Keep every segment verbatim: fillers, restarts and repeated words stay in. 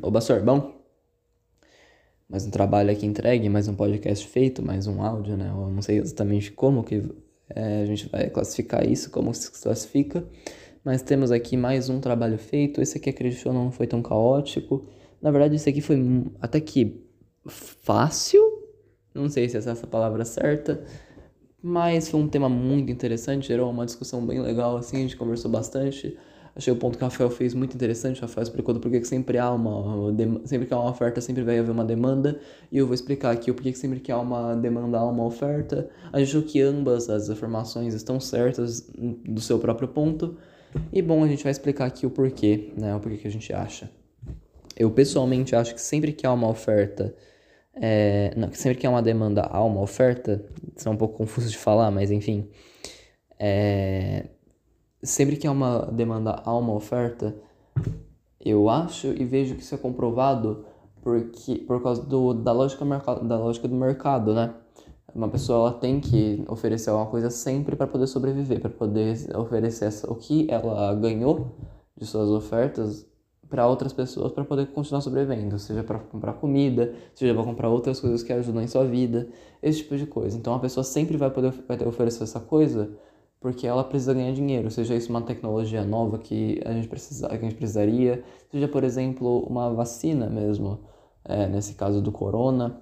Ô, Bastor, bom? Mais um trabalho aqui entregue, mais um podcast feito, mais um áudio, né? Eu não sei exatamente como que é, a gente vai classificar isso, como se classifica, mas temos aqui mais um trabalho feito. Esse aqui, acredito, não foi tão caótico. Na verdade, esse aqui foi até que fácil, não sei se essa é essa palavra certa, mas foi um tema muito interessante, gerou uma discussão bem legal, assim, a gente conversou bastante. Achei o ponto que o Rafael fez muito interessante. O Rafael explicou do porquê que sempre há uma, sempre que há uma oferta, sempre vai haver uma demanda. E eu vou explicar aqui o porquê que sempre que há uma demanda, há uma oferta. Acho que ambas as afirmações estão certas do seu próprio ponto. E bom, a gente vai explicar aqui o porquê, né? O porquê que a gente acha. Eu pessoalmente acho que sempre que há uma oferta, é, não, que sempre que há uma demanda, há uma oferta. Isso é um pouco confuso de falar, mas enfim. É, sempre que há uma demanda, há uma oferta. Eu acho e vejo que isso é comprovado porque, por causa do, da, lógica mercado, da lógica do mercado, né? Uma pessoa ela tem que oferecer alguma coisa sempre para poder sobreviver, para poder oferecer essa, o que ela ganhou de suas ofertas para outras pessoas para poder continuar sobrevivendo, seja para comprar comida, seja para comprar outras coisas que ajudam em sua vida, esse tipo de coisa. Então a pessoa sempre vai poder vai ter, oferecer essa coisa porque ela precisa ganhar dinheiro, seja isso uma tecnologia nova que a gente, precisa, que a gente precisaria, seja, por exemplo, uma vacina mesmo, é, nesse caso do corona.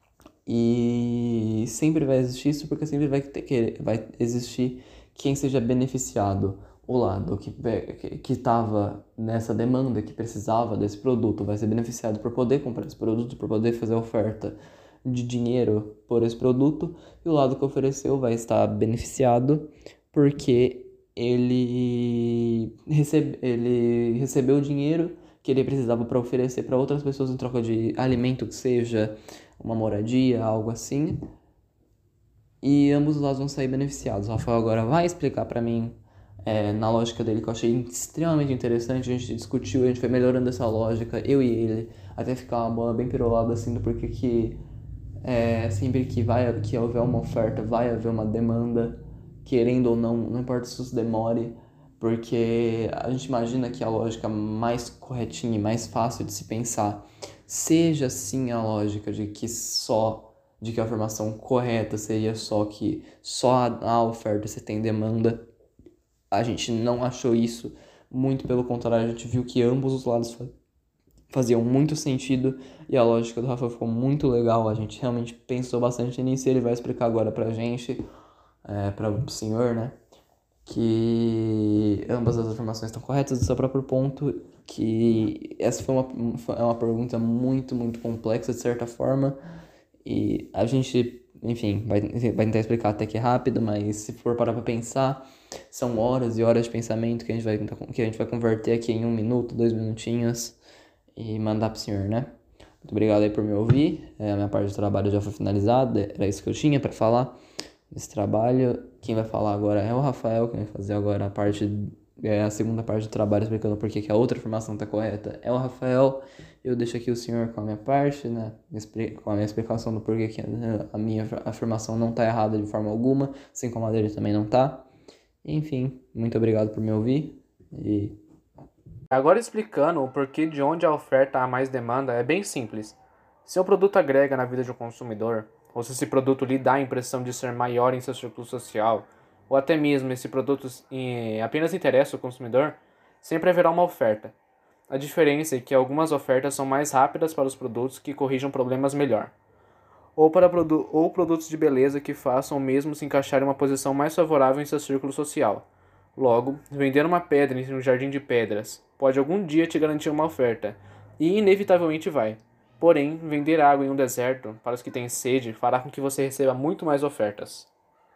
E sempre vai existir isso porque sempre vai, ter, que, vai existir quem seja beneficiado. O lado que que estava nessa demanda, que precisava desse produto, vai ser beneficiado por poder comprar esse produto, por poder fazer oferta de dinheiro por esse produto, e o lado que ofereceu vai estar beneficiado porque ele, recebe, ele recebeu o dinheiro que ele precisava para oferecer para outras pessoas em troca de alimento, que seja uma moradia, algo assim. E ambos os lados vão sair beneficiados. O Rafael agora vai explicar para mim, é, na lógica dele, que eu achei extremamente interessante. A gente discutiu, a gente foi melhorando essa lógica, eu e ele, até ficar uma bola bem pirolada assim do porquê que é, sempre que, vai, que houver uma oferta, vai haver uma demanda, querendo ou não, não importa se isso demore, porque a gente imagina que a lógica mais corretinha e mais fácil de se pensar seja sim a lógica de que só, de que a afirmação correta seria só que só a oferta você tem demanda. A gente não achou isso, muito pelo contrário, a gente viu que ambos os lados faziam muito sentido e a lógica do Rafa ficou muito legal. A gente realmente pensou bastante nisso e ele vai explicar agora pra gente, é, para o senhor, né, que ambas as afirmações estão corretas do seu próprio ponto, que essa foi uma, é uma pergunta muito, muito complexa de certa forma e a gente, enfim, vai, vai tentar explicar até que é rápido, mas se for parar pra pensar, são horas e horas de pensamento que a gente vai, que a gente vai converter aqui em um minuto, dois minutinhos e mandar pro senhor, né? Muito obrigado aí por me ouvir. É, a minha parte do trabalho já foi finalizada. Era isso que eu tinha para falar desse trabalho. Quem vai falar agora é o Rafael, que vai fazer agora a parte, é, a segunda parte do trabalho, explicando por que a outra afirmação tá correta. É o Rafael. Eu deixo aqui o senhor com a minha parte, né? Com a minha explicação do porquê que a minha afirmação não tá errada de forma alguma, assim como a dele também não tá. Enfim, muito obrigado por me ouvir e Agora explicando o porquê de onde a oferta há mais demanda é bem simples. Se um produto agrega na vida de um consumidor, ou se esse produto lhe dá a impressão de ser maior em seu círculo social, ou até mesmo esse produto eh, apenas interessa o consumidor, sempre haverá uma oferta. A diferença é que algumas ofertas são mais rápidas para os produtos que corrijam problemas melhor, ou para produ ou produtos de beleza que façam o mesmo se encaixar em uma posição mais favorável em seu círculo social. Logo, vender uma pedra em um jardim de pedras pode algum dia te garantir uma oferta, e inevitavelmente vai. Porém, vender água em um deserto para os que têm sede fará com que você receba muito mais ofertas.